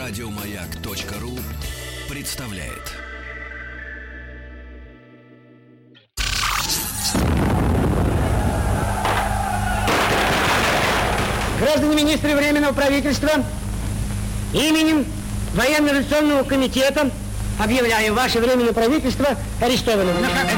Радиомаяк.ру представляет. Граждане министры Временного правительства, именем Военно-революционного комитета объявляю ваше Временное правительство арестованным.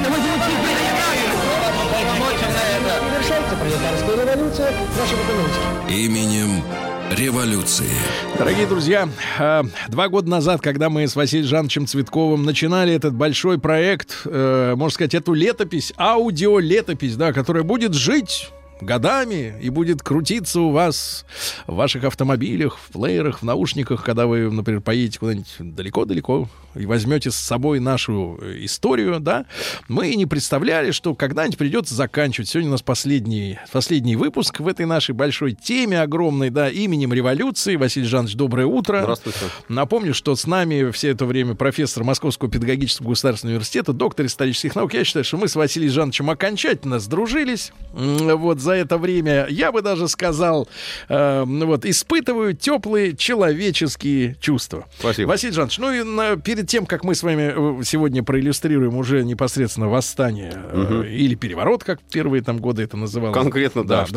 Завершается пролетарская революция нашей экономики. Именем революции. Дорогие друзья, 2 года назад, когда мы с Василием Жановичем Цветковым начинали этот большой проект, можно сказать, эту летопись, аудиолетопись, да, которая будет жить годами и будет крутиться у вас в ваших автомобилях, в плеерах, в наушниках, когда вы, например, поедете куда-нибудь далеко-далеко и возьмете с собой нашу историю, да, мы не представляли, что когда-нибудь придется заканчивать. Сегодня у нас последний выпуск в этой нашей большой теме огромной, да, именем революции. Василий Жанович, доброе утро. Здравствуйте. Напомню, что с нами все это время профессор Московского педагогического государственного университета, доктор исторических наук. Я считаю, что мы с Василием Жановичем окончательно сдружились. Вот за это время, я бы даже сказал, испытываю теплые человеческие чувства. Спасибо. Василий Жанович, перед тем, как мы с вами сегодня проиллюстрируем уже непосредственно восстание или переворот, как первые там годы это называлось. Конкретно, да.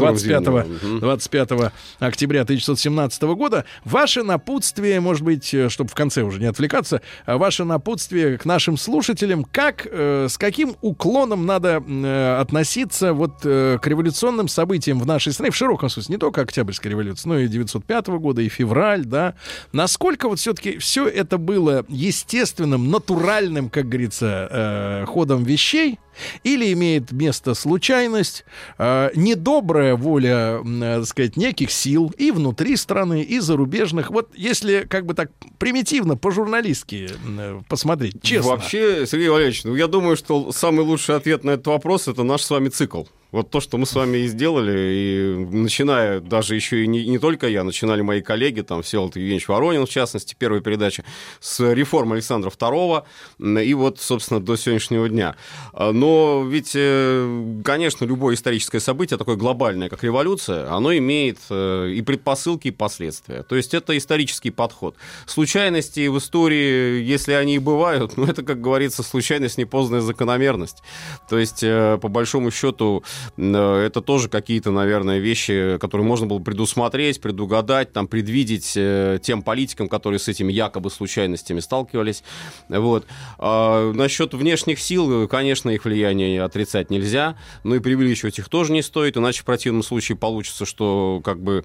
25 октября 1917 года. Ваше напутствие, может быть, чтобы в конце уже не отвлекаться, ваше напутствие к нашим слушателям, с каким уклоном надо относиться к революционным событиям в нашей стране, в широком смысле, не только Октябрьская революция, но и 1905 года, и февраль, да. Насколько все-таки все это было естественным, натуральным, как говорится, ходом вещей, или имеет место случайность, недобрая воля, так сказать, неких сил и внутри страны, и зарубежных. Вот если как бы так примитивно, по-журналистски посмотреть, честно. Вообще, Сергей Валерьевич, я думаю, что самый лучший ответ на этот вопрос — это наш с вами цикл. Вот то, что мы с вами и сделали, и начиная, даже еще и не только я, начинали мои коллеги, там, Всеволод Евгеньевич Воронин, в частности, первая передача, с реформ Александра II, и вот, собственно, до сегодняшнего дня. Но ведь, конечно, любое историческое событие, такое глобальное, как революция, оно имеет и предпосылки, и последствия. То есть это исторический подход. Случайности в истории, если они и бывают, это, как говорится, случайность, непознанная закономерность. То есть, по большому счету, это тоже какие-то, наверное, вещи, которые можно было предусмотреть, предугадать, там, предвидеть тем политикам, которые с этими якобы случайностями сталкивались. Вот. Насчет внешних сил, конечно, их влияние отрицать нельзя, но и преувеличивать их тоже не стоит, иначе в противном случае получится, что как бы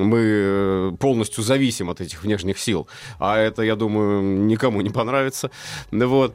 мы полностью зависим от этих внешних сил, а это, я думаю, никому не понравится. Вот.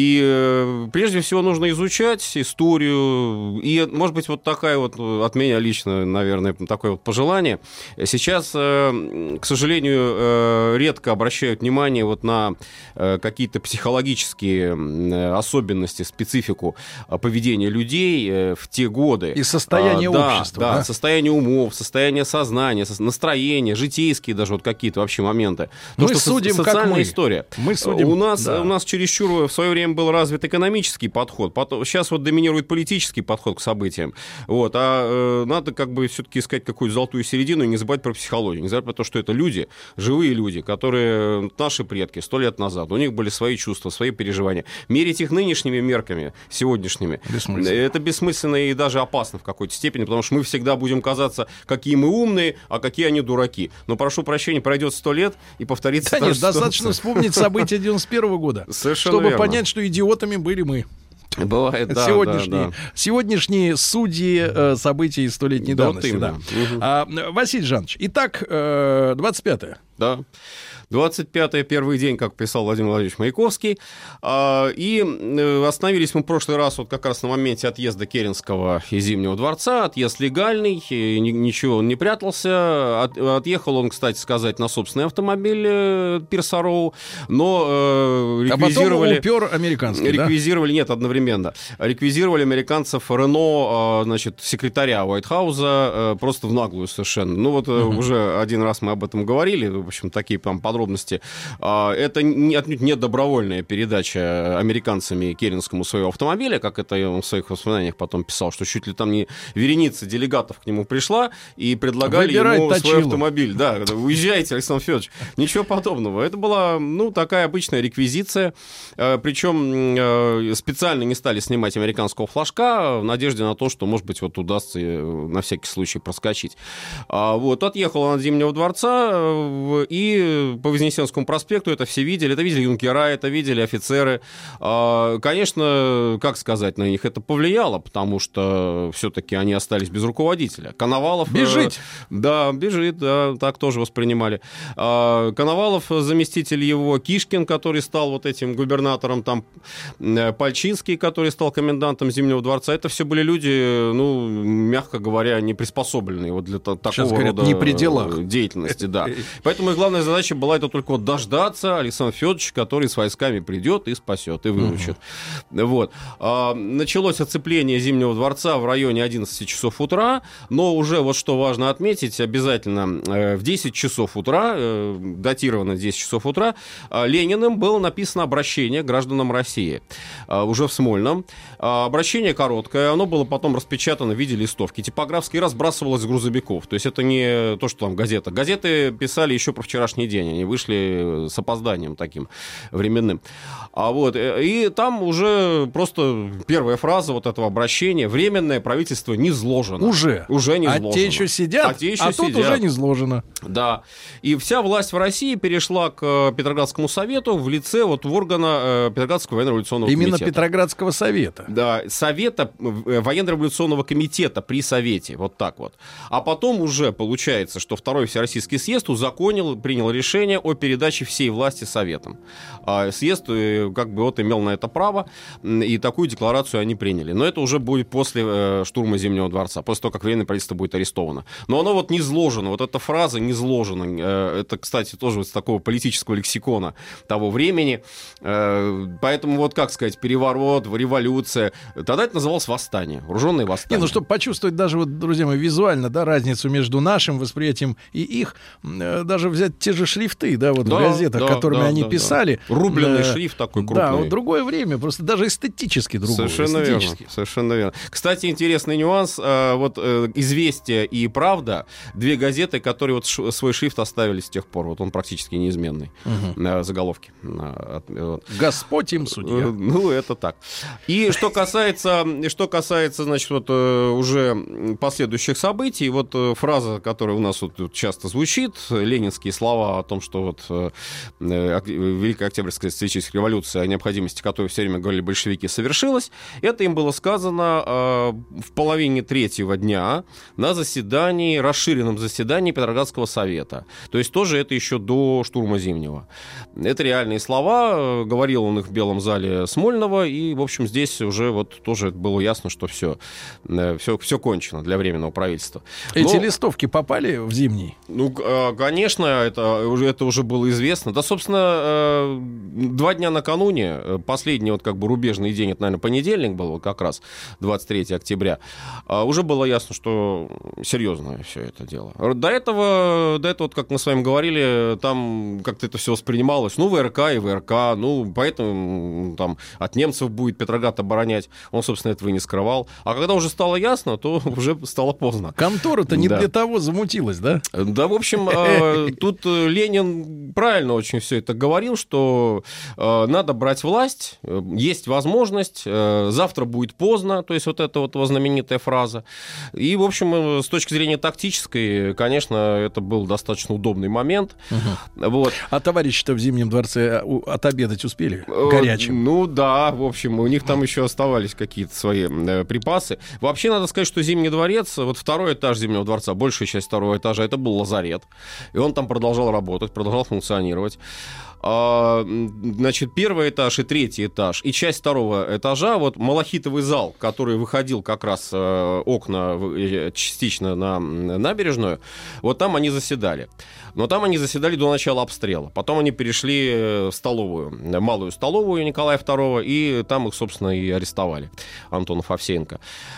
И прежде всего нужно изучать историю, и, может быть, вот такая вот от меня лично, наверное, такое вот пожелание. Сейчас, к сожалению, редко обращают внимание вот на какие-то психологические особенности, специфику поведения людей в те годы. И состояние общества. Да, состояние умов, состояние сознания, настроение, житейские даже вот какие-то вообще моменты. Мы судим, социальная как мы. История. Мы судим, у нас чересчур в свое время был развит экономический подход, сейчас вот доминирует политический подход к событиям. Вот, надо как бы все-таки искать какую-то золотую середину и не забывать про психологию, не забывать про то, что это люди, живые люди, которые наши предки 100 лет назад, у них были свои чувства, свои переживания. Мерить их нынешними мерками, сегодняшними, это бессмысленно и даже опасно в какой-то степени, потому что мы всегда будем казаться, какие мы умные, а какие они дураки. Но, прошу прощения, пройдет 100 лет и повторится... Да нет, достаточно вспомнить события 91 года, чтобы понять, что идиотами были мы. Бывает, да. Сегодняшние судьи событий столетней давности. Да. Василий Жанович, итак, 25-е. Да. 25-й, первый день, как писал Владимир Владимирович Маяковский. И остановились мы в прошлый раз вот как раз на моменте отъезда Керенского из Зимнего дворца. Отъезд легальный, ничего он не прятался. Отъехал он, кстати сказать, на собственный автомобиль Пирса-Роу, но реквизировали... А потом упер американский, реквизировали, да? Нет, одновременно. Реквизировали американцев Рено, значит, секретаря Уайтхауза, просто в наглую совершенно. Ну вот уже один раз мы об этом говорили. в общем, такие там подробности. Это отнюдь не добровольная передача американцами Керенскому своего автомобиля, как это он в своих воспоминаниях потом писал, что чуть ли там не вереница делегатов к нему пришла и предлагали ему свой автомобиль. Да, уезжайте, Александр Федорович. Ничего подобного. Это была, такая обычная реквизиция. Причем специально не стали снимать американского флажка в надежде на то, что, может быть, вот удастся на всякий случай проскочить. Отъехал он от Зимнего дворца, и по Вознесенскому проспекту это все видели. Это видели юнкера, это видели офицеры. Конечно, как сказать, на них это повлияло, потому что все-таки они остались без руководителя. Коновалов... Бежит! Да, бежит, да, так тоже воспринимали. Коновалов, заместитель его, Кишкин, который стал вот этим губернатором, там, Пальчинский, который стал комендантом Зимнего дворца, это все были люди, мягко говоря, не приспособленные вот для такого рода не при делах деятельности, да. Поэтому их главная задача была это только вот дождаться Александра Федоровича, который с войсками придет и спасет, и выручит. Началось оцепление Зимнего дворца в районе 11 часов утра, но уже вот что важно отметить, обязательно в 10 часов утра, датировано 10 часов утра, Лениным было написано обращение к гражданам России, уже в Смольном. Обращение короткое, оно было потом распечатано в виде листовки типографской и разбрасывалось с грузовиков. То есть это не то, что там газета. Газеты писали еще про вчерашний день, они вышли с опозданием таким временным. И там уже просто первая фраза вот этого обращения: временное правительство низложено. Уже низложено. А те еще сидят, тут уже низложено. Да. И вся власть в России перешла к Петроградскому совету в лице вот органа Петроградского военно-революционного комитета. Именно Петроградского совета. Да, Совета военно-революционного комитета при Совете, вот так вот. А потом уже получается, что Второй Всероссийский съезд принял решение о передаче всей власти Советам. Съезд имел на это право, и такую декларацию они приняли. Но это уже будет после штурма Зимнего дворца, после того, как Временное правительство будет арестовано. Но оно вот низложено, вот эта фраза низложена, это, кстати, тоже из такого политического лексикона того времени. Поэтому вот, как сказать, переворот, революция, тогда это называлось восстание, вооруженное восстание. Чтобы почувствовать даже, вот, друзья мои, визуально, да, разницу между нашим восприятием и их, даже взять те же шрифты, да, вот в газетах, которыми они писали. Рубленый шрифт такой крупный. Да, вот другое время, просто даже эстетически другое. Совершенно верно. Кстати, интересный нюанс. «Известия» и «Правда» — две газеты, которые вот свой шрифт оставили с тех пор. Вот он практически неизменный. Заголовки. Господь им судья. Это так. И что касается, значит, вот уже последующих событий, вот фраза, которая у нас вот часто звучит, ленинские слова о том, что вот Великая Октябрьская социалистическая революция, о необходимости которой все время говорили большевики, совершилась, это им было сказано в половине третьего дня на расширенном заседании Петроградского совета. То есть тоже это еще до штурма Зимнего. Это реальные слова, говорил он их в Белом зале Смольного, и, в общем, здесь уже вот тоже было ясно, что все кончено для Временного правительства. Эти листовки попали в Зимний? Конечно, это уже было известно. Да, собственно, 2 дня накануне, последний вот как бы рубежный день, это, наверное, понедельник был, вот как раз 23 октября, уже было ясно, что серьезное все это дело. До этого, вот, как мы с вами говорили, там как-то это все воспринималось, ВРК и ВРК, поэтому там от немцев будет Петроград оборонять. Он, собственно, этого и не скрывал. А когда уже стало ясно, то уже стало поздно. Контора-то не для того замутилась, да? Да, в общем, тут Ленин правильно очень все это говорил, что надо брать власть, есть возможность, завтра будет поздно, то есть вот эта вот его знаменитая фраза. И, в общем, с точки зрения тактической, конечно, это был достаточно удобный момент. Вот. А товарищи-то в Зимнем дворце отобедать успели горячим? Да, в общем, у них там еще оставались какие-то свои припасы. Вообще, надо сказать, что Зимний дворец, вот второй этаж Зимнего дворца, большая часть второго этажа, это был лазарет. И он там продолжал работать, продолжал функционировать. Значит, первый этаж и третий этаж, и часть второго этажа, вот малахитовый зал, который выходил как раз окна частично на набережную, вот там они заседали. Но там они заседали до начала обстрела. Потом они перешли в столовую, малую столовую Николая II, и там их, собственно, и арестовали, Антонов, Овсеенко.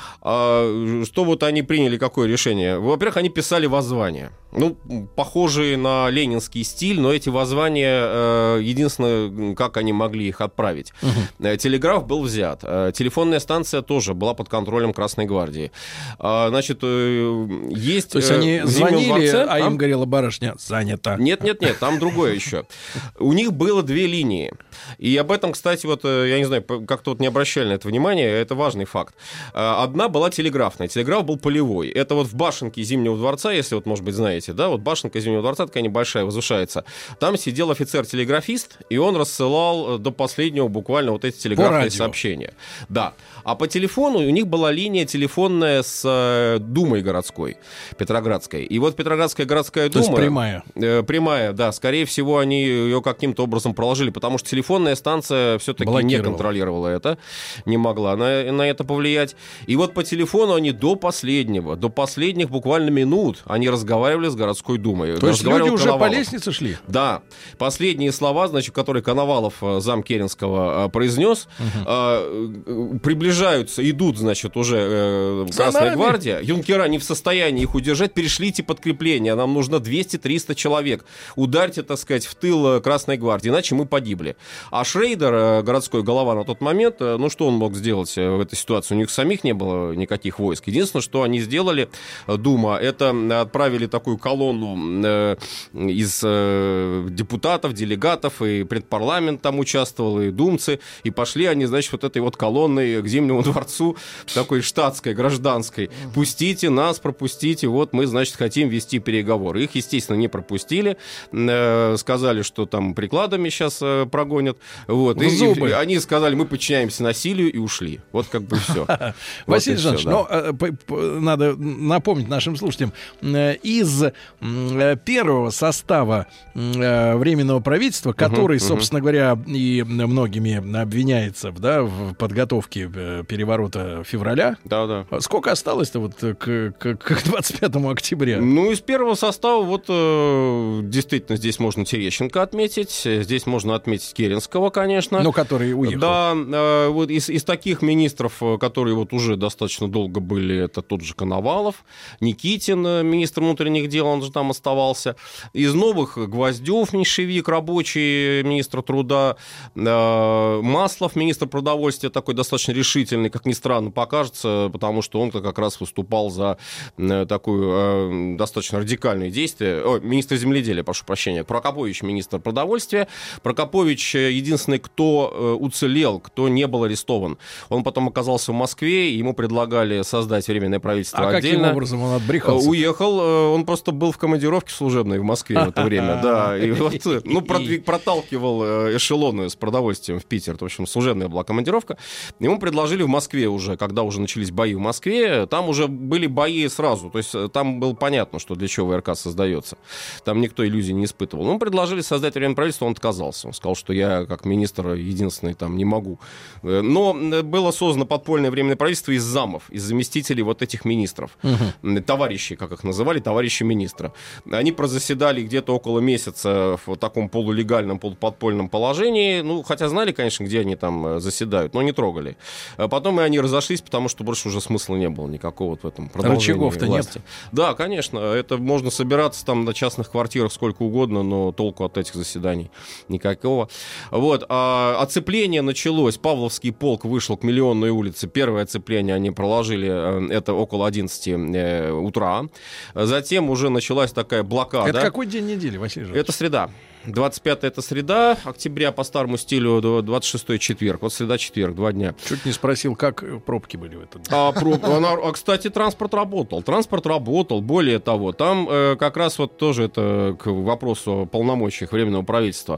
Что вот они приняли, какое решение? Во-первых, они писали воззвания. Ну, похожие на ленинский стиль, но эти воззвания, единственное, как они могли их отправить. Телеграф был взят. Телефонная станция тоже была под контролем Красной гвардии. Значит, есть... То есть они звонили, а им говорила барышня, занято. Нет, там другое еще. У них было две линии. И об этом, кстати, вот, я не знаю, как-то вот не обращали на это внимание, это важный факт. Одна была телеграфная, телеграф был полевой. Это вот в башенке Зимнего дворца, если вот, может быть, знаете, да, вот башенка Зимнего дворца такая небольшая, возвышается. Там сидел офицер-телеграфист, и он рассылал до последнего буквально вот эти телеграфные сообщения. Да. А по телефону у них была линия телефонная с Думой городской, Петроградской. И вот Петроградская городская дума... То есть прямая. Прямая, да. Скорее всего, они ее каким-то образом проложили, потому что телефонная станция все-таки не контролировала это, не могла на это повлиять. И вот по телефону они до последних буквально минут они разговаривали с городской думой. То есть люди уже по лестнице шли? Да. Последние слова, значит, которые Коновалов, зам Керенского, произнес, приближаются, идут, значит, уже Красная гвардия. Юнкера не в состоянии их удержать. Перешлите подкрепление. Нам нужно 200-300 человек. Ударьте, так сказать, в тыл Красной гвардии, иначе мы погибли. А Шрейдер, городской голова на тот момент, ну что он мог сделать в этой ситуации? У них самих не было никаких войск. Единственное, что они сделали, Дума, это отправили такую колонну из депутатов, делегатов, и предпарламент там участвовал, и думцы, и пошли они, значит, вот этой вот колонной к Зимнему дворцу, такой штатской, гражданской. Пустите нас, пропустите, вот мы, значит, хотим вести переговоры. Их, естественно, не пропустили, сказали, что там прикладами сейчас прогонят. Вот. И они сказали, мы подчиняемся насилию, и ушли. Вот как бы все. Василий Жанович, надо напомнить нашим слушателям, из первого состава Временного правительства, который, собственно говоря, и многими обвиняется, да, в подготовке переворота февраля. Да. Сколько осталось-то вот к 25 октября? Ну, из первого состава вот действительно здесь можно Терещенко отметить, здесь можно отметить Керенского, конечно. Ну, который уехал. Да, вот из таких министров, которые вот уже достаточно долго были, это тот же Коновалов, Никитин, министр внутренних дел, он же там оставался. Из новых Гвоздев, меньшевик, рабочий, министр труда, Маслов, министр продовольствия, такой достаточно решительный, как ни странно покажется, потому что он как раз выступал за такую достаточно радикальное действие. Министр земледелия, прошу прощения. Прокопович, министр продовольствия. Прокопович единственный, кто уцелел, кто не был арестован. Он потом оказался в Москве, ему предлагали создать временное правительство отдельно. Каким образом он отбрехался? Уехал, он просто был в командировке служебной в Москве в это время, да. И вот, проталкивал эшелоны с продовольствием в Питер. В общем, служебная была командировка. Ему предложили в Москве уже, когда уже начались бои в Москве, там уже были бои сразу. То есть там было понятно, что для чего ВРК создается. Там никто иллюзий не испытывал. Ему предложили создать временное правительство, он отказался. Он сказал, что я, как министр, единственный там не могу. Но было создано подпольное временное правительство из замов, из заместителей вот этих министров. Товарищи, как их называли, товарищи министра. Они прозаседали где-то около месяца в таком полулегальном, полуподпольном положении. Ну, хотя знали, конечно, где они там заседают, но не трогали. Потом и они разошлись, потому что больше уже смысла не было никакого вот в этом продолжении рычагов-то власти. Нет. Да, конечно. Это можно собираться там на частных квартирах сколько угодно, но толку от этих заседаний никакого. Вот. Оцепление началось. Павловский полк вышел к Миллионной улице. Первое оцепление они проложили, это около 11 утра. Затем уже началась такая блокада. Это какой день недели, Василий Жанович? Это среда. 25 это среда, октября по старому стилю, 26 четверг. Вот среда-четверг, 2 дня. Чуть не спросил, как пробки были в этот день. Кстати, транспорт работал. Более того, там как раз вот тоже это к вопросу о полномочиях Временного правительства.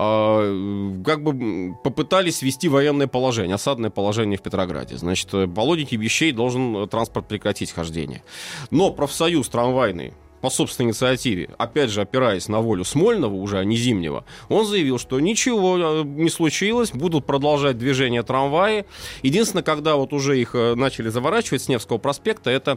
Как бы попытались ввести военное положение, осадное положение в Петрограде. Значит, по логике вещей должен транспорт прекратить хождение. Но профсоюз трамвайный по собственной инициативе, опять же, опираясь на волю Смольного, уже, а не Зимнего, он заявил, что ничего не случилось, будут продолжать движение трамваи. Единственное, когда вот уже их начали заворачивать с Невского проспекта, это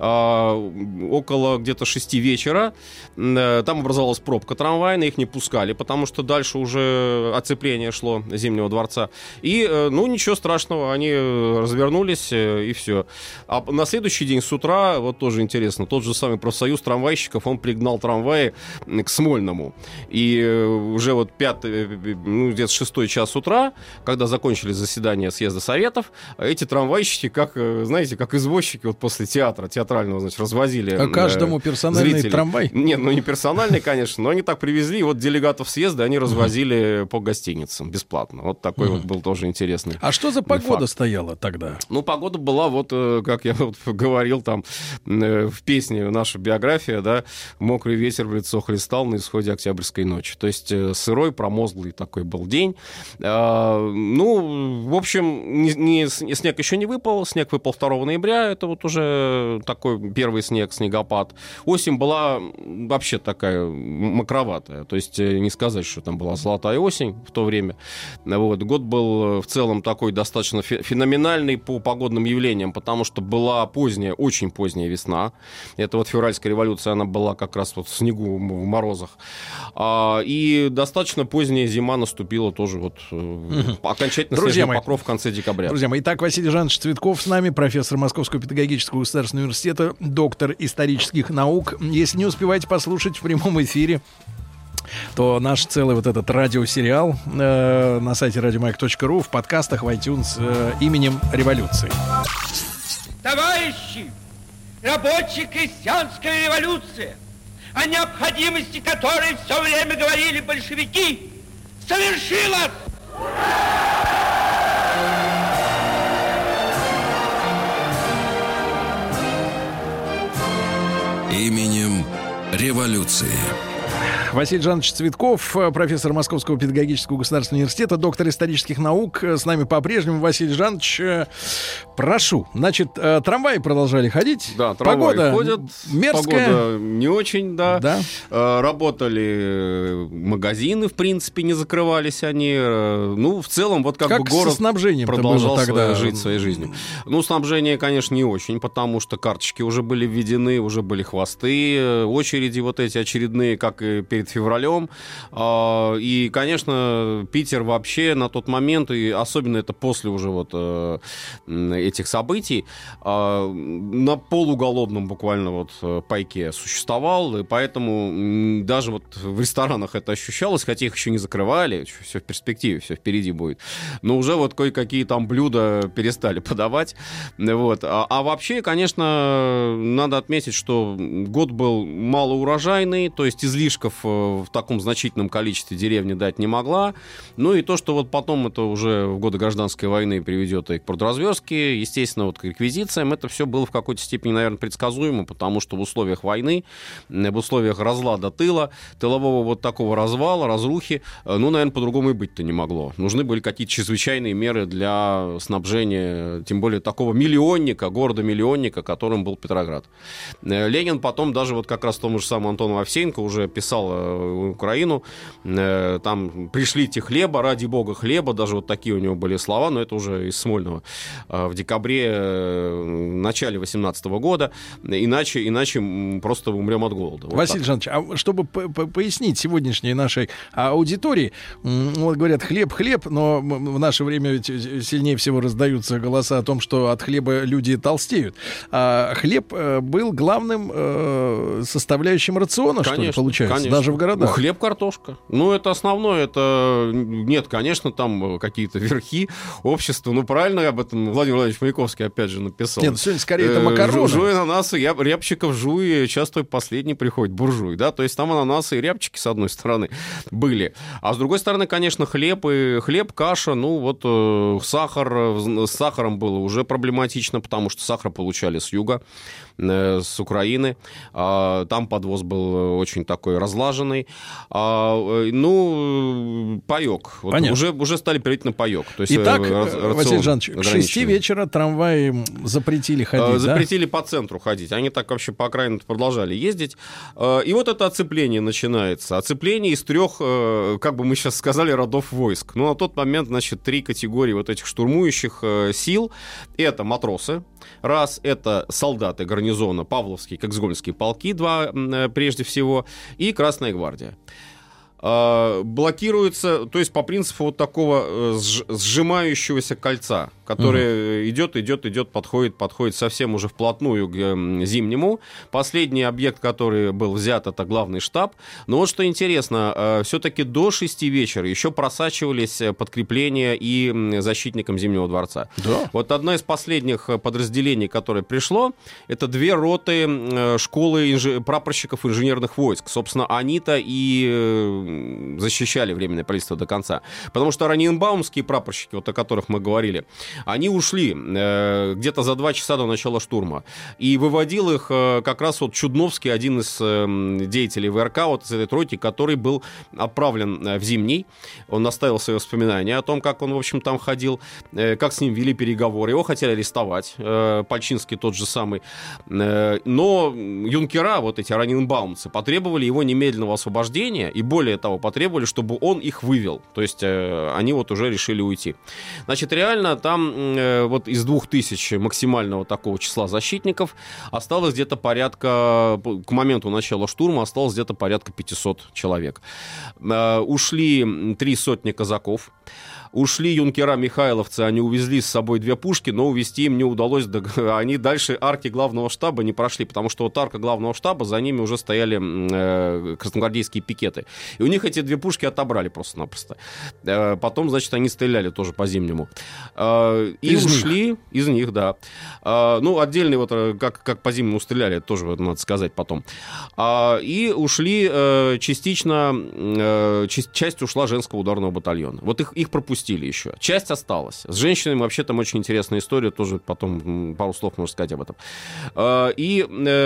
около где-то 6 вечера, там образовалась пробка трамвайная, их не пускали, потому что дальше уже оцепление шло Зимнего дворца. И, ну, ничего страшного, они развернулись, и все. А на следующий день с утра, вот тоже интересно, тот же самый профсоюз трамвайщиков, он пригнал трамваи к Смольному. И уже вот где-то 6 час утра, когда закончили заседание съезда советов, эти трамвайщики, как, знаете, как извозчики вот после театра, театрального, значит, развозили каждому персональный зрителей. Трамвай? Нет, ну не персональный, конечно, но они так привезли, и вот делегатов съезда они развозили по гостиницам бесплатно. Вот такой вот был тоже интересный. А что за погода факт стояла тогда? Ну, погода была, вот, как я вот говорил там в песне «Наша биография», да, «Мокрый ветер в лицо хлестал на исходе октябрьской ночи». То есть сырой, промозглый такой был день. Ну, в общем, снег еще не выпал. Снег выпал 2 ноября. Это вот уже такой первый снег, снегопад. Осень была вообще такая мокроватая. То есть не сказать, что там была золотая осень в то время. Вот. Год был в целом такой достаточно феноменальный по погодным явлениям, потому что была поздняя, очень поздняя весна. Это вот февральская революция, она была как раз вот в снегу, в морозах. И достаточно поздняя зима наступила тоже вот окончательно снежный покров в конце декабря. Друзья мои, итак, Василий Жанович Цветков с нами, профессор Московского педагогического государственного университета, доктор исторических наук. Если не успеваете послушать в прямом эфире, то наш целый вот этот радиосериал на сайте radiomayak.ru, в подкастах, в iTunes именем революции. Товарищи, рабочая крестьянская революция, о необходимости которой все время говорили большевики, совершилась! Именем революции. Василий Жанович Цветков, профессор Московского педагогического государственного университета, доктор исторических наук. С нами по-прежнему. Василий Жанович, прошу. Значит, трамваи продолжали ходить. Да, трамваи погода ходят. мерзкая. Погода не очень, да. Да. Работали магазины, в принципе, не закрывались они. Ну, в целом, вот как бы город продолжал тогда жить своей жизнью. Ну, снабжение, конечно, не очень, потому что карточки уже были введены, уже были хвосты, очереди вот эти очередные, как и перед февралем. И, конечно, Питер вообще на тот момент, и особенно это после уже вот этих событий, на полуголодном буквально вот пайке существовал, и поэтому даже вот в ресторанах это ощущалось, хотя их еще не закрывали, все в перспективе, все впереди будет. Но уже вот кое-какие там блюда перестали подавать. Вот. А вообще, конечно, надо отметить, что год был малоурожайный, то есть излишков в таком значительном количестве деревня дать не могла. Ну и то, что вот потом это уже в годы гражданской войны приведет и к продразверстке, естественно, вот к реквизициям, это все было в какой-то степени, наверное, предсказуемо, потому что в условиях войны, в условиях разлада тыла, тылового вот такого развала, разрухи, ну, наверное, по-другому и быть-то не могло. Нужны были какие-то чрезвычайные меры для снабжения, тем более такого миллионника, города-миллионника, которым был Петроград. Ленин потом даже вот как раз тому же самому Антону Овсеенко уже писал Украину, там пришлите хлеба, ради бога хлеба, даже вот такие у него были слова, но это уже из Смольного в декабре, начале 18 года, иначе просто умрем от голода. Вот Василий Жанович, а чтобы пояснить сегодняшней нашей аудитории, вот говорят хлеб, но в наше время ведь сильнее всего раздаются голоса о том, что от хлеба люди толстеют. А хлеб был главным составляющим рациона, конечно, что ли, получается, конечно. даже в городах? Ну, хлеб, картошка. Ну, это основное. Это нет, конечно, там какие-то верхи общества. Ну, правильно об этом Владимир Владимирович Маяковский опять же написал. Нет, сегодня скорее это макароны. Жуй ананасы, рябчиков жуй, часто последний приходит буржуй, да, то есть там ананасы и рябчики, с одной стороны, были. А с другой стороны, конечно, хлеб, каша, ну, вот сахар. С сахаром было уже проблематично, потому что сахар получали с юга. с Украины. Там подвоз был очень такой разлаженный. Паёк. Вот уже стали перейти на паёк. То есть, итак, Василий Жанович, к 6 вечера трамваи запретили ходить, запретили по центру ходить. Они так вообще по окраинам продолжали ездить. И вот это оцепление начинается. Оцепление из 3, как бы мы сейчас сказали, родов войск. На тот момент, значит, 3 категории вот этих штурмующих сил. Это матросы. Раз, это солдаты гарнизона, Павловские, Коксгольмские полки, 2 прежде всего, и Красная гвардия. Блокируется, то есть по принципу вот такого сжимающегося кольца, которое идет, подходит совсем уже вплотную к Зимнему. Последний объект, который был взят, это главный штаб. Но вот что интересно, все-таки до 6 вечера еще просачивались подкрепления и защитникам Зимнего дворца. Да. Вот одно из последних подразделений, которое пришло, это 2 роты школы прапорщиков инженерных войск. Собственно, они-то и защищали Временное правительство до конца. Потому что ораниенбаумские прапорщики, вот о которых мы говорили, они ушли где-то за 2 часа до начала штурма. И выводил их как раз вот Чудновский, один из деятелей ВРК, вот из этой тройки, который был отправлен в Зимний. Он оставил свои воспоминания о том, как он, в общем, там ходил, как с ним вели переговоры. Его хотели арестовать, Пальчинский тот же самый. Но юнкера, вот эти ораниенбаумцы, потребовали его немедленного освобождения и, более того, потребовали, чтобы он их вывел. То есть они вот уже решили уйти. Значит, реально там вот из 2000 максимального такого числа защитников осталось где-то порядка, к моменту начала штурма, осталось где-то порядка 500 человек. Ушли 3 сотни казаков. Ушли юнкера-михайловцы, они увезли с собой 2 пушки, но увезти им не удалось. Они дальше арки главного штаба не прошли, потому что вот арка главного штаба, за ними уже стояли красногвардейские пикеты. И у них эти 2 пушки отобрали просто-напросто. Потом, значит, они стреляли тоже по Зимнему. И ушли из них, да. Отдельно вот как по Зимнему стреляли, тоже надо сказать потом. И ушли частично, часть ушла женского ударного батальона. Вот их пропустили еще. Часть осталась. С женщинами вообще там очень интересная история, тоже потом пару слов можно сказать об этом. И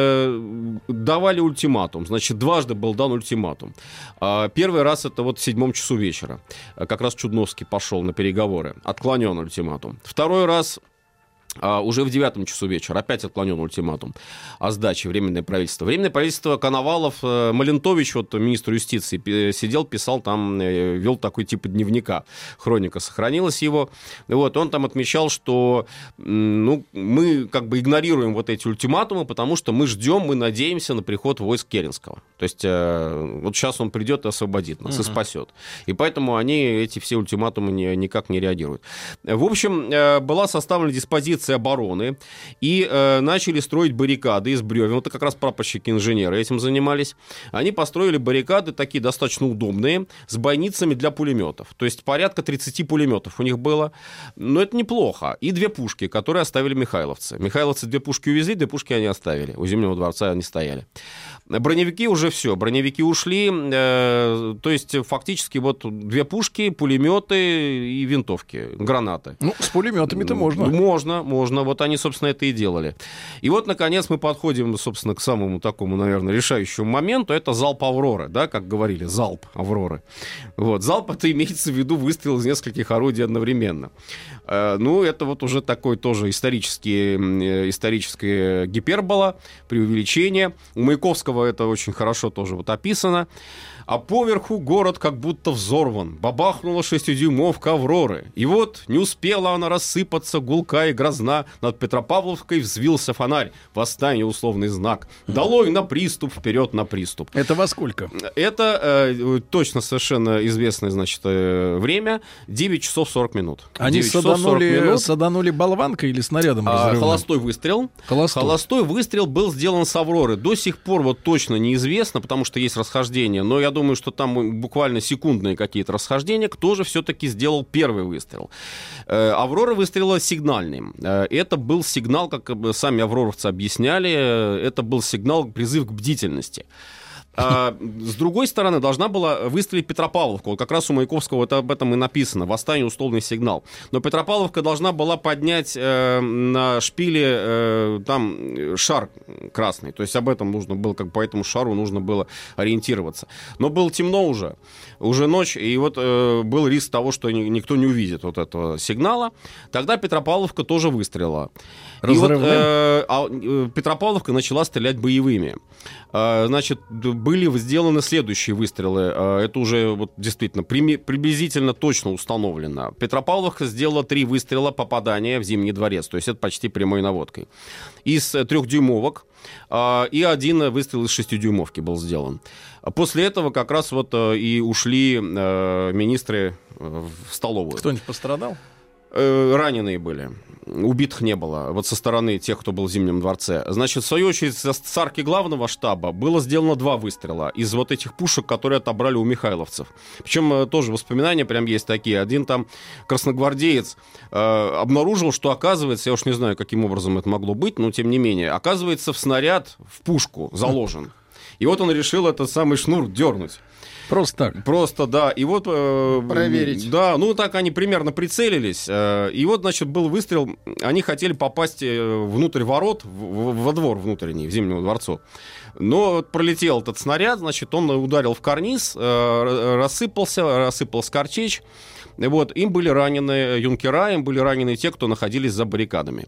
давали ультиматум. Значит, дважды был дан ультиматум. Первый раз это вот в 7 часу вечера. Как раз Чудновский пошел на переговоры. Отклонен ультиматум. Второй раз уже в 9 часу вечера опять отклонен ультиматум о сдаче Временное правительство. Временное правительство Коновалов, Малентович, вот министр юстиции, сидел, писал там, вел такой типа дневника. Хроника сохранилась его. Вот, он там отмечал, что мы как бы игнорируем вот эти ультиматумы, потому что мы ждем, мы надеемся на приход войск Керенского. То есть вот сейчас он придет и освободит нас, и спасет. И поэтому они эти все ультиматумы никак не реагируют. В общем, была составлена диспозиция обороны, и начали строить баррикады из бревен. Вот это как раз прапорщики-инженеры этим занимались. Они построили баррикады такие достаточно удобные, с бойницами для пулеметов. То есть порядка 30 пулеметов у них было. Но это неплохо. И 2 пушки, которые оставили михайловцы. Михайловцы 2 пушки увезли, 2 пушки они оставили. У Зимнего дворца они стояли. Броневики уже все, броневики ушли, то есть фактически вот 2 пушки, пулеметы и винтовки, гранаты. С пулеметами-то можно. Можно, вот они, собственно, это и делали. И вот, наконец, мы подходим, собственно, к самому такому, наверное, решающему моменту, это залп «Авроры», да, как говорили, залп «Авроры». Вот, залп, это имеется в виду выстрел из нескольких орудий одновременно. Это вот уже такой тоже историческая гипербола, преувеличение. У Маяковского это очень хорошо тоже вот описано. А поверху город как будто взорван. Бабахнула 6-дюймовка «Авроры». И вот не успела она рассыпаться, гулка и грозна. Над Петропавловкой взвился фонарь. Восстание — условный знак. Долой на приступ, вперед на приступ. Это во сколько? Это точно совершенно известное, значит, время. 9 часов 40 минут. Они саданули болванкой или снарядом? Холостой выстрел. Холостой выстрел был сделан с «Авроры». До сих пор вот точно неизвестно, потому что есть расхождения. Но я думаю, что там буквально секундные какие-то расхождения. Кто же все-таки сделал первый выстрел? «Аврора» выстрелила сигнальным. Это был сигнал, как сами авроровцы объясняли, это был сигнал, призыв к бдительности. С другой стороны, должна была выстрелить Петропавловка. Вот как раз у Маяковского вот об этом и написано. Восстание, условный сигнал. Но Петропавловка должна была поднять на шпиле там шар красный. То есть об этом нужно было, как по этому шару нужно было ориентироваться. Но было темно уже ночь, и вот был риск того, что никто не увидит вот этого сигнала. Тогда Петропавловка тоже выстрелила. И вот Петропавловка начала стрелять боевыми. Значит, были сделаны следующие выстрелы. Это уже вот действительно приблизительно точно установлено. Петропавловка сделала 3 выстрела попадания в Зимний дворец. То есть это почти прямой наводкой. Из 3-дюймовок и 1 выстрел из 6-дюймовки был сделан. После этого как раз вот и ушли министры в столовую. Кто-нибудь пострадал? Раненые были. Убитых не было. Вот со стороны тех, кто был в Зимнем дворце. Значит, в свою очередь, с арки главного штаба было сделано 2 выстрела из вот этих пушек, которые отобрали у михайловцев. Причем тоже воспоминания прям есть такие. Один там красногвардеец обнаружил, что оказывается, я уж не знаю, каким образом это могло быть, но тем не менее, оказывается, в снаряд, в пушку заложен. И вот он решил этот самый шнур дернуть. Просто так? Просто, да. И вот... проверить. Да, ну так они примерно прицелились. И вот, значит, был выстрел. Они хотели попасть внутрь ворот, во двор внутренний, в Зимнему дворцу. Но пролетел этот снаряд, значит, он ударил в карниз, рассыпался картечь. Вот, им были ранены юнкера, им были ранены те, кто находились за баррикадами.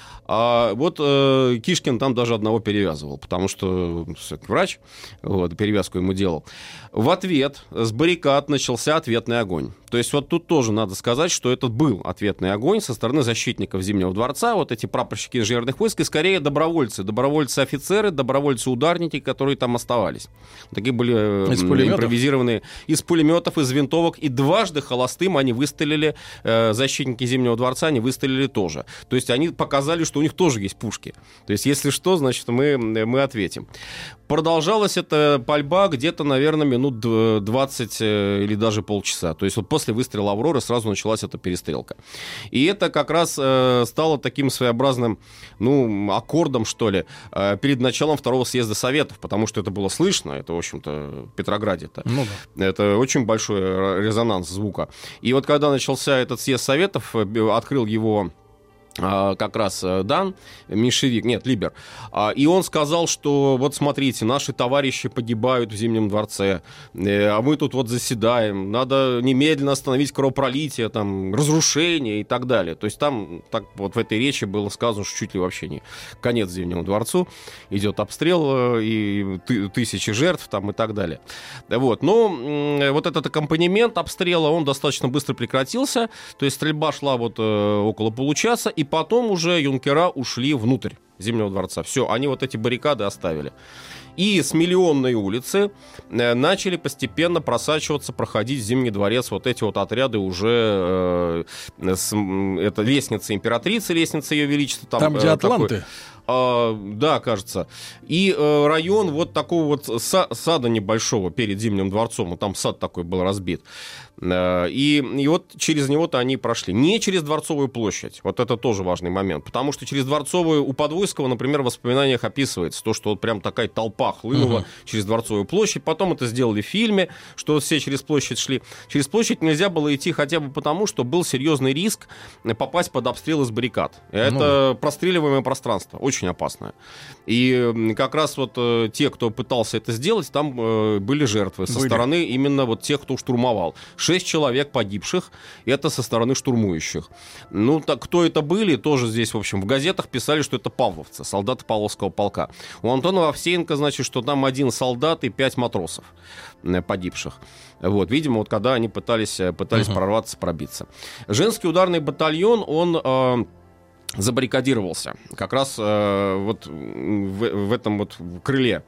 А вот Кишкин там даже одного перевязывал, потому что врач, вот, перевязку ему делал. В ответ с баррикад начался ответный огонь. То есть вот тут тоже надо сказать, что это был ответный огонь со стороны защитников Зимнего дворца. Вот эти прапорщики инженерных войск и скорее добровольцы-офицеры, добровольцы-ударники, которые там оставались. Такие были импровизированные из пулеметов, из винтовок. И дважды холостым они выстрелили, защитники Зимнего дворца, они выстрелили тоже. То есть они показали, что у них тоже есть пушки. То есть если что, значит мы ответим. Продолжалась эта пальба где-то, наверное, минут 20 или даже полчаса. То есть вот после выстрела «Авроры» сразу началась эта перестрелка. И это как раз стало таким своеобразным, аккордом, что ли, перед началом 2-го съезда Советов, потому что это было слышно, это, в общем-то, в Петрограде-то. Это очень большой резонанс звука. И вот когда начался этот съезд Советов, открыл его как раз Либер. И он сказал, что вот смотрите, наши товарищи погибают в Зимнем дворце, а мы тут вот заседаем, надо немедленно остановить кровопролитие, там, разрушение и так далее. То есть там так вот в этой речи было сказано, что чуть ли вообще не конец Зимнему дворцу, идет обстрел и тысячи жертв там и так далее. Вот. Но вот этот аккомпанемент обстрела, он достаточно быстро прекратился, то есть стрельба шла вот около получаса, и потом уже юнкера ушли внутрь Зимнего дворца. Все, они вот эти баррикады оставили. И с Миллионной улицы начали постепенно просачиваться, проходить в Зимний дворец вот эти вот отряды уже... это лестница императрицы, лестница Ее Величества. Там где Атланты. Да, кажется. И район вот такого вот сада небольшого перед Зимним дворцом. Там сад такой был разбит. И вот через него-то они прошли. Не через Дворцовую площадь. Вот это тоже важный момент. Потому что через Дворцовую у Подвойского, например, в воспоминаниях описывается то, что вот прям такая толпа хлынула через Дворцовую площадь. Потом это сделали в фильме, что все через площадь шли. Через площадь нельзя было идти хотя бы потому, что был серьезный риск попасть под обстрел из баррикад. Это простреливаемое пространство. Очень опасное. И как раз вот те, кто пытался это сделать, там были жертвы со стороны именно вот тех, кто штурмовал. 6 человек погибших, это со стороны штурмующих. Так кто это были, тоже здесь, в общем, в газетах писали, что это павловцы, солдаты Павловского полка. У Антона Овсеенко, значит, что там 1 солдат и 5 матросов погибших. Вот, видимо, вот когда они пытались прорваться, пробиться. Женский ударный батальон, он... забаррикадировался как раз вот в этом вот крыле.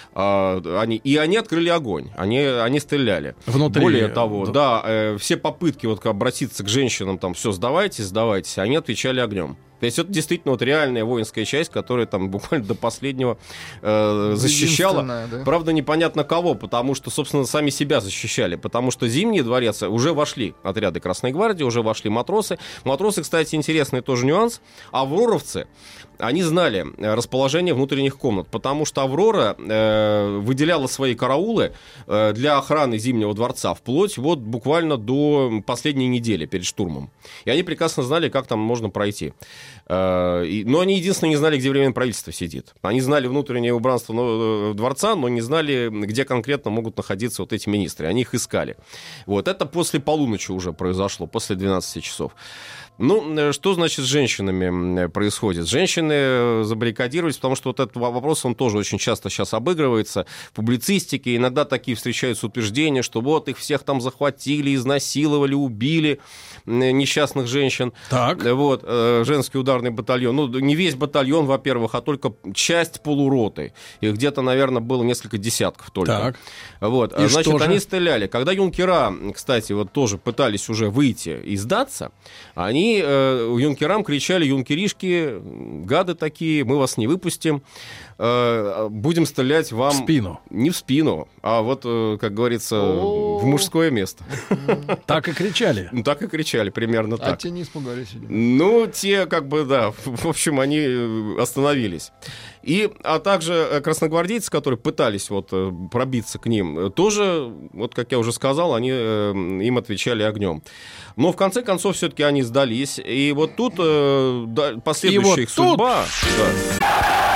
Они открыли огонь, они стреляли. Внутри. Более того, все попытки вот обратиться к женщинам, там, все, сдавайтесь, они отвечали огнем. То есть это действительно вот реальная воинская часть, которая там буквально до последнего защищала. Да? Правда, непонятно кого, потому что, собственно, сами себя защищали. Потому что в Зимний дворец уже вошли отряды Красной гвардии, уже вошли матросы. Матросы, кстати, интересный тоже нюанс. Авроровцы, они знали расположение внутренних комнат, потому что «Аврора» выделяла свои караулы для охраны Зимнего дворца вплоть вот буквально до последней недели перед штурмом. И они прекрасно знали, как там можно пройти. Но они единственное не знали, где Временное правительство сидит. Они знали внутреннее убранство дворца, но не знали, где конкретно могут находиться вот эти министры. Они их искали. Вот. Это после полуночи уже произошло, после 12 часов. Ну, что значит с женщинами происходит? Женщины забаррикадировались, потому что вот этот вопрос, он тоже очень часто сейчас обыгрывается в публицистике. Иногда такие встречаются утверждения, что вот их всех там захватили, изнасиловали, убили, несчастных женщин. Так. Вот, женский ударный батальон. Ну, не весь батальон, во-первых, а только часть полуроты. Их где-то, наверное, было несколько десятков только. Так. Вот. Значит, они стреляли. Когда юнкера, кстати, вот тоже пытались уже выйти и сдаться, они юнкерам кричали: юнкеришки, гады такие, мы вас не выпустим, будем стрелять вам... В спину. Не в спину, а вот, как говорится, в мужское место. Так и кричали? Так и кричали, примерно так. А те не испугались? Ну, те, как бы, да, в общем, они остановились. А также красногвардейцы, которые пытались вот пробиться к ним, тоже, вот как я уже сказал, они им отвечали огнем. Но в конце концов все-таки они сдались. И вот тут последующая их судьба... Да.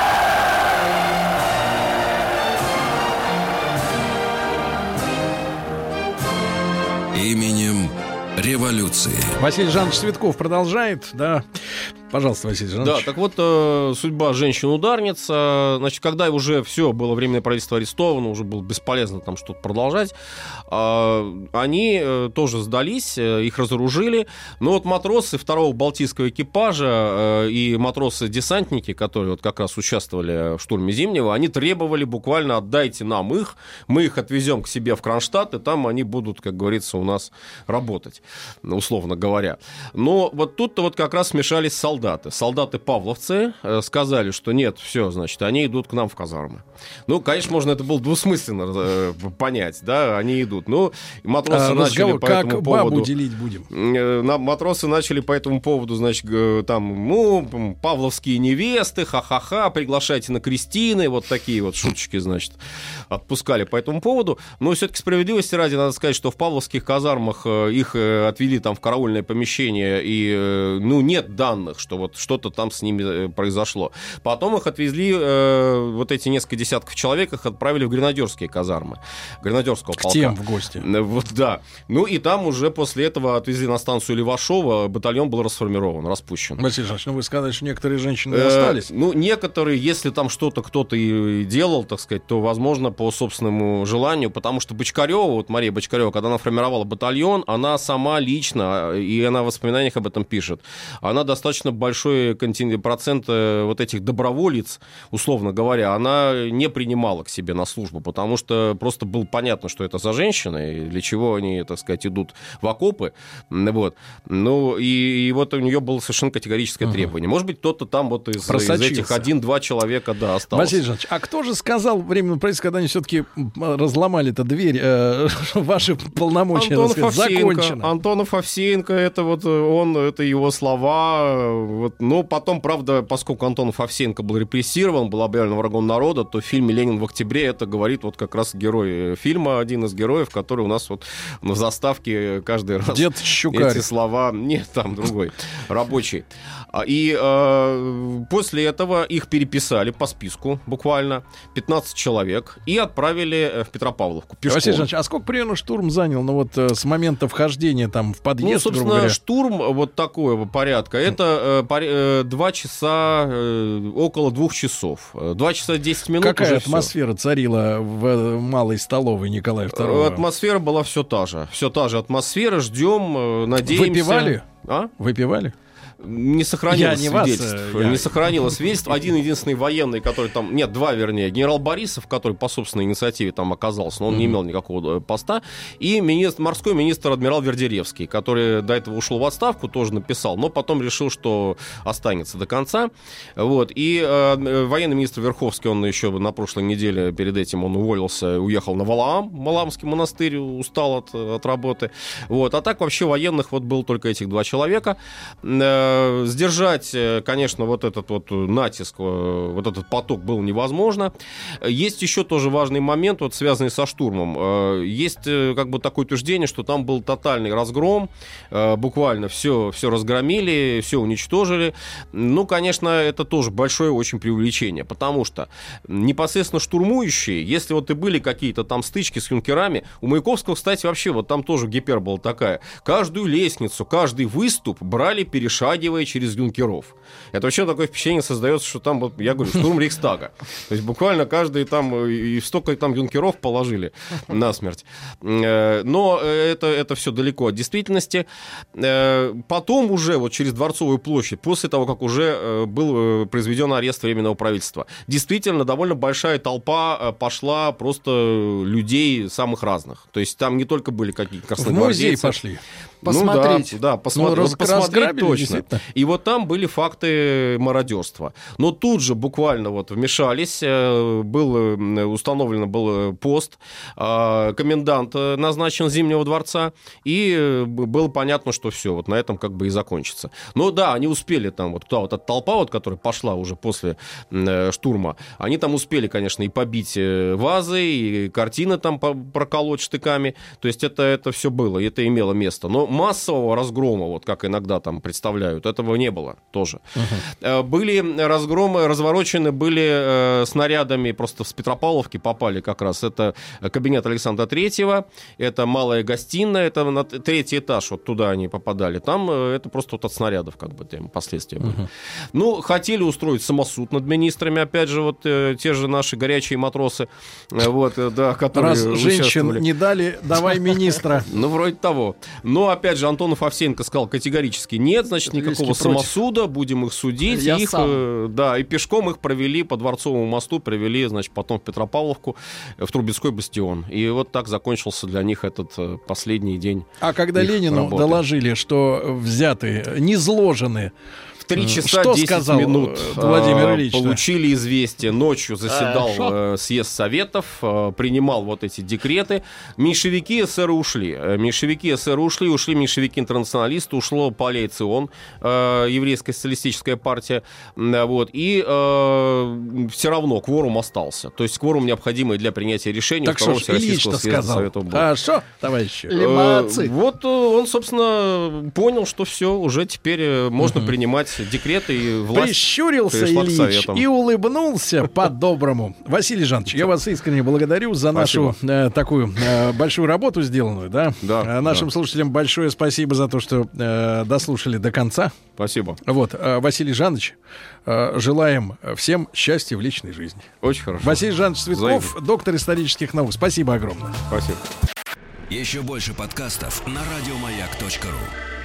Именем революции. Василий Жанович Цветков продолжает, да. Пожалуйста, Василий Жанович. Да, так вот, судьба женщин-ударница. Значит, когда уже все, было Временное правительство арестовано, уже было бесполезно там что-то продолжать, они тоже сдались, их разоружили. Но вот матросы второго Балтийского экипажа и матросы-десантники, которые вот как раз участвовали в штурме Зимнего, они требовали буквально: отдайте нам их, мы их отвезем к себе в Кронштадт, и там они будут, как говорится, у нас работать, условно говоря. Но вот тут-то вот как раз смешались солдаты. Солдаты-павловцы сказали, что нет, все, значит, они идут к нам в казармы. Ну, конечно, можно это было двусмысленно понять, да, они идут. Ну, матросы начали по этому поводу... бабу делить будем? Матросы начали по этому поводу, значит, там, ну, павловские невесты, ха-ха-ха, приглашайте на крестины, вот такие вот шуточки, значит, отпускали по этому поводу. Но все-таки справедливости ради надо сказать, что в павловских казармах их отвели там в караульное помещение, и, ну, нет данных, что вот что-то там с ними произошло. Потом их отвезли, вот эти несколько десятков человек, их отправили в гренадерские казармы, гренадерского полка. К тем в гости. Вот, да. Ну, и там уже после этого отвезли на станцию Левашова, батальон был расформирован, распущен. Василий Ильич, ну вы сказали, что некоторые женщины остались. Ну, некоторые, если там что-то кто-то и делал, так сказать, то, возможно, по собственному желанию, потому что Бочкарева, вот Мария Бочкарева, когда она формировала батальон, она сама лично, и она в воспоминаниях об этом пишет, она достаточно большой процент вот этих доброволец, условно говоря, она не принимала к себе на службу, потому что просто было понятно, что это за женщины, и для чего они, так сказать, идут в окопы. Вот. Ну, и вот у нее было совершенно категорическое требование. Может быть, кто-то там вот из этих 1-2 человека, да, остался. Василий Жанович, а кто же сказал Временному правительству, когда они все-таки разломали эту дверь, ваши полномочия, закончено? Антонов Овсеенко, это вот он, это его слова. Вот. Но потом, правда, поскольку Антонов Овсеенко был репрессирован, был объявлен врагом народа, то в фильме «Ленин в октябре» это говорит вот как раз герой фильма, один из героев, который у нас вот в заставке каждый раз Дед Щукарь. Эти слова... Нет, там другой, рабочий. И после этого их переписали по списку буквально 15 человек и отправили в Петропавловку пешком. Василий Жанович, а сколько примерно штурм занял? Ну вот с момента вхождения там в подъезд, ну, собственно, штурм вот такого порядка, это 2 часа, около 2 часов. 2 часа 10 минут. Какая атмосфера царила в малой столовой Николая II? Атмосфера была все та же атмосфера. Ждем, надеемся. Выпивали? А? Выпивали? Не сохранилось свидетельств. Не сохранилось свидетельств. Один единственный военный, который там... Нет, два, вернее. Генерал Борисов, который по собственной инициативе там оказался, но он не имел никакого поста. И морской министр адмирал Вердеревский, который до этого ушел в отставку, тоже написал, но потом решил, что останется до конца. Вот. И военный министр Верховский, он еще на прошлой неделе перед этим он уволился, уехал на Валаам, Валаамский монастырь, устал от работы. Вот. А так вообще военных вот было только этих 2 человека. Сдержать, конечно, вот этот вот натиск, вот этот поток было невозможно. Есть еще тоже важный момент, вот, связанный со штурмом. Есть как бы такое утверждение, что там был тотальный разгром, буквально все разгромили, все уничтожили. Ну, конечно, это тоже большое очень преувеличение, потому что непосредственно штурмующие, если вот и были какие-то там стычки с юнкерами, у Маяковского, кстати, вообще вот там тоже гипербола такая. Каждую лестницу, каждый выступ брали, перешагивая через юнкеров. Это вообще такое впечатление создается, что там, вот, я говорю, штурм Рейхстага. То есть буквально каждый там, и столько там юнкеров положили насмерть. Но это все далеко от действительности. Потом уже вот через Дворцовую площадь, после того, как уже был произведен арест Временного правительства, действительно довольно большая толпа пошла просто людей самых разных. То есть там не только были какие-то красногвардейцы. В музей пошли. Посмотреть. Ну, да, посмотреть точно. И вот там были факты мародерства. Но тут же буквально вот вмешались, установлен был пост, комендант назначен Зимнего дворца, и было понятно, что все, вот на этом как бы и закончится. Но да, они успели там, вот эта толпа, вот, которая пошла уже после штурма, они там успели, конечно, и побить вазы, и картины там проколоть штыками. То есть это все было, это имело место. Но массового разгрома, вот как иногда там представляют, этого не было тоже. Были разгромы, разворочены были снарядами, просто в Петропавловке попали как раз. Это кабинет Александра Третьего, это малая гостиная, это на третий этаж, вот туда они попадали. Там это просто вот от снарядов как бы там последствия были. Ну, хотели устроить самосуд над министрами, опять же, вот те же наши горячие матросы, вот, да, которые раз женщин не дали, давай министра. Ну, вроде того. Но, опять же, Антонов Овсеенко сказал категорически нет, значит, никакого самосуда, будем их судить. И пешком их провели по Дворцовому мосту, привели, значит, потом в Петропавловку, в Трубецкой бастион. И вот так закончился для них этот последний день. А когда Ленину работы доложили, что взяты, низложены, 3 часа 10 минут Владимир Ильич получили известие. Ночью заседал съезд Советов, принимал вот эти декреты. Меньшевики, эсеры ушли. Ушли меньшевики-интернационалисты, ушло Палей Цион, еврейская социалистическая партия. Вот, и все равно кворум остался. То есть кворум необходимый для принятия решений. Так что ж, Ильич-то сказал. Хорошо, товарищи. Вот он, собственно, понял, что все, уже теперь можно принимать декреты, и власть прищурился Ильич и улыбнулся по-доброму. Василий Жанович, я вас искренне благодарю за нашу такую большую работу сделанную. Нашим слушателям большое спасибо за то, что дослушали до конца. Спасибо. Вот, Василий Жанович, желаем всем счастья в личной жизни. Очень хорошо. Василий Жанович Цветков, доктор исторических наук. Спасибо огромное. Спасибо. Еще больше подкастов на радиомаяк.ру.